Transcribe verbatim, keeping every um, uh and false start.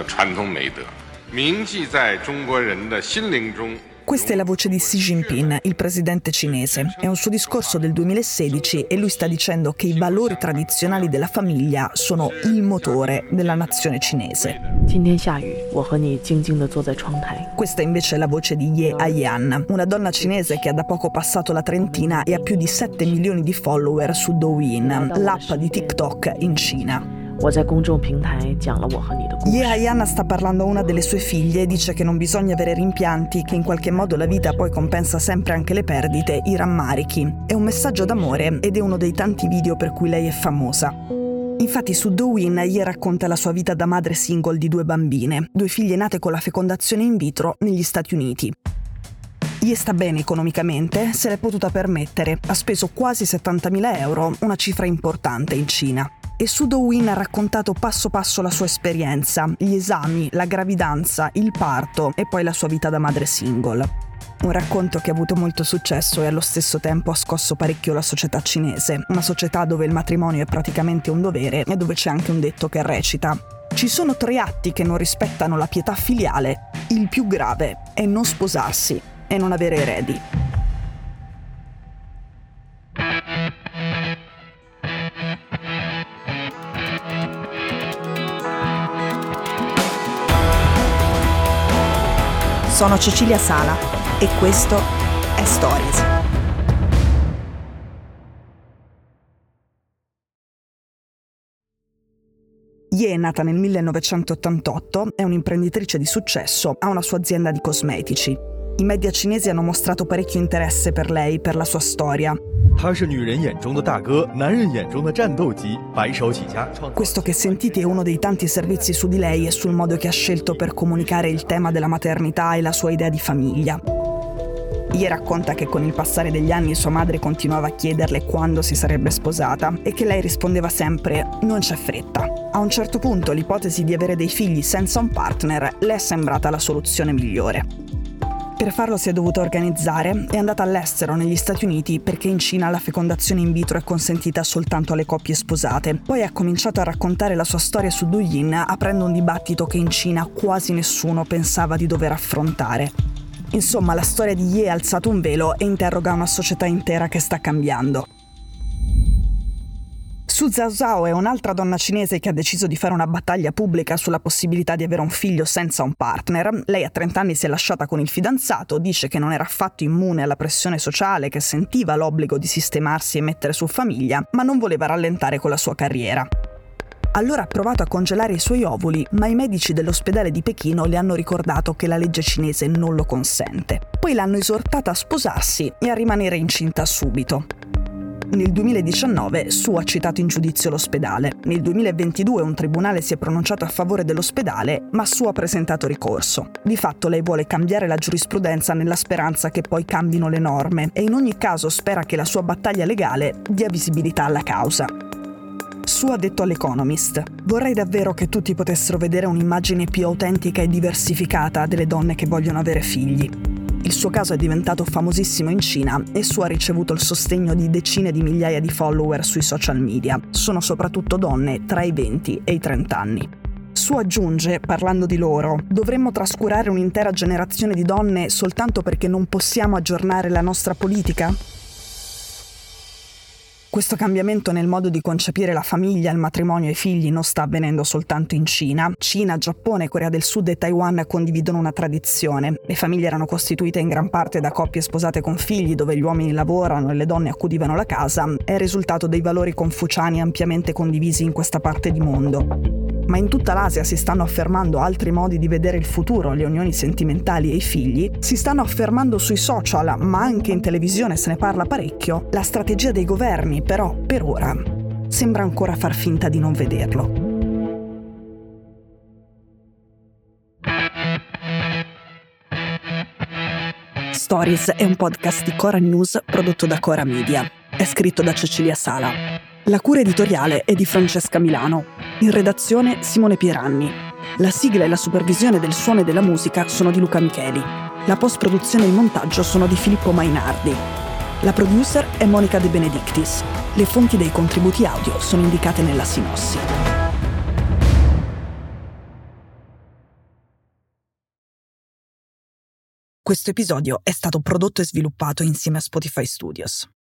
传统美德，铭记在中国人的心灵中。 Questa è la voce di Xi Jinping, il presidente cinese. È un suo discorso del duemilasedici e lui sta dicendo che i valori tradizionali della famiglia sono il motore della nazione cinese. Questa invece è la voce di Ye Aiyan, una donna cinese che ha da poco passato la trentina e ha più di sette milioni di follower su Douyin, l'app di TikTok in Cina. Ye Aiyan sta parlando a una delle sue figlie e dice che non bisogna avere rimpianti, che in qualche modo la vita poi compensa sempre anche le perdite, i rammarichi. È un messaggio d'amore ed è uno dei tanti video per cui lei è famosa. Infatti su Douyin Ye racconta la sua vita da madre single di due bambine, due figlie nate con la fecondazione in vitro negli Stati Uniti. Ye sta bene economicamente, se l'è potuta permettere, ha speso quasi settantamila euro, una cifra importante in Cina. E su Douyin ha raccontato passo passo la sua esperienza, gli esami, la gravidanza, il parto e poi la sua vita da madre single. Un racconto che ha avuto molto successo e allo stesso tempo ha scosso parecchio la società cinese, una società dove il matrimonio è praticamente un dovere e dove c'è anche un detto che recita: ci sono tre atti che non rispettano la pietà filiale, il più grave è non sposarsi e non avere eredi. Sono Cecilia Sala e questo è Stories. Ye è nata nel millenovecentottantotto, è un'imprenditrice di successo, ha una sua azienda di cosmetici. I media cinesi hanno mostrato parecchio interesse per lei, per la sua storia. Questo che sentite è uno dei tanti servizi su di lei e sul modo che ha scelto per comunicare il tema della maternità e la sua idea di famiglia. Ye racconta che con il passare degli anni sua madre continuava a chiederle quando si sarebbe sposata e che lei rispondeva sempre «non c'è fretta». A un certo punto l'ipotesi di avere dei figli senza un partner le è sembrata la soluzione migliore. Per farlo si è dovuta organizzare, è andata all'estero negli Stati Uniti perché in Cina la fecondazione in vitro è consentita soltanto alle coppie sposate. Poi ha cominciato a raccontare la sua storia su Douyin, aprendo un dibattito che in Cina quasi nessuno pensava di dover affrontare. Insomma, la storia di Ye ha alzato un velo e interroga una società intera che sta cambiando. Su Zhao Zhao è un'altra donna cinese che ha deciso di fare una battaglia pubblica sulla possibilità di avere un figlio senza un partner. Lei a trenta anni si è lasciata con il fidanzato, dice che non era affatto immune alla pressione sociale, che sentiva l'obbligo di sistemarsi e mettere su famiglia, ma non voleva rallentare con la sua carriera. Allora ha provato a congelare i suoi ovuli, ma i medici dell'ospedale di Pechino le hanno ricordato che la legge cinese non lo consente. Poi l'hanno esortata a sposarsi e a rimanere incinta subito. Nel duemiladiciannove Su ha citato in giudizio l'ospedale. Nel duemilaventidue un tribunale si è pronunciato a favore dell'ospedale, ma Su ha presentato ricorso. Di fatto lei vuole cambiare la giurisprudenza nella speranza che poi cambino le norme e in ogni caso spera che la sua battaglia legale dia visibilità alla causa. Su ha detto all'Economist: vorrei davvero che tutti potessero vedere un'immagine più autentica e diversificata delle donne che vogliono avere figli. Il suo caso è diventato famosissimo in Cina e Su ha ricevuto il sostegno di decine di migliaia di follower sui social media. Sono soprattutto donne tra i venti e i trenta anni. Su aggiunge, parlando di loro: dovremmo trascurare un'intera generazione di donne soltanto perché non possiamo aggiornare la nostra politica? Questo cambiamento nel modo di concepire la famiglia, il matrimonio e i figli non sta avvenendo soltanto in Cina. Cina, Giappone, Corea del Sud e Taiwan condividono una tradizione. Le famiglie erano costituite in gran parte da coppie sposate con figli, dove gli uomini lavorano e le donne accudivano la casa. È il risultato dei valori confuciani ampiamente condivisi in questa parte di mondo. Ma in tutta l'Asia si stanno affermando altri modi di vedere il futuro, le unioni sentimentali e i figli. Si stanno affermando sui social, ma anche in televisione se ne parla parecchio. La strategia dei governi, però, per ora, sembra ancora far finta di non vederlo. Stories è un podcast di Cora News prodotto da Cora Media. È scritto da Cecilia Sala. La cura editoriale è di Francesca Milano. In redazione Simone Pieranni. La sigla e la supervisione del suono e della musica sono di Luca Micheli. La post-produzione e il montaggio sono di Filippo Mainardi. La producer è Monica De Benedictis. Le fonti dei contributi audio sono indicate nella sinossi. Questo episodio è stato prodotto e sviluppato insieme a Spotify Studios.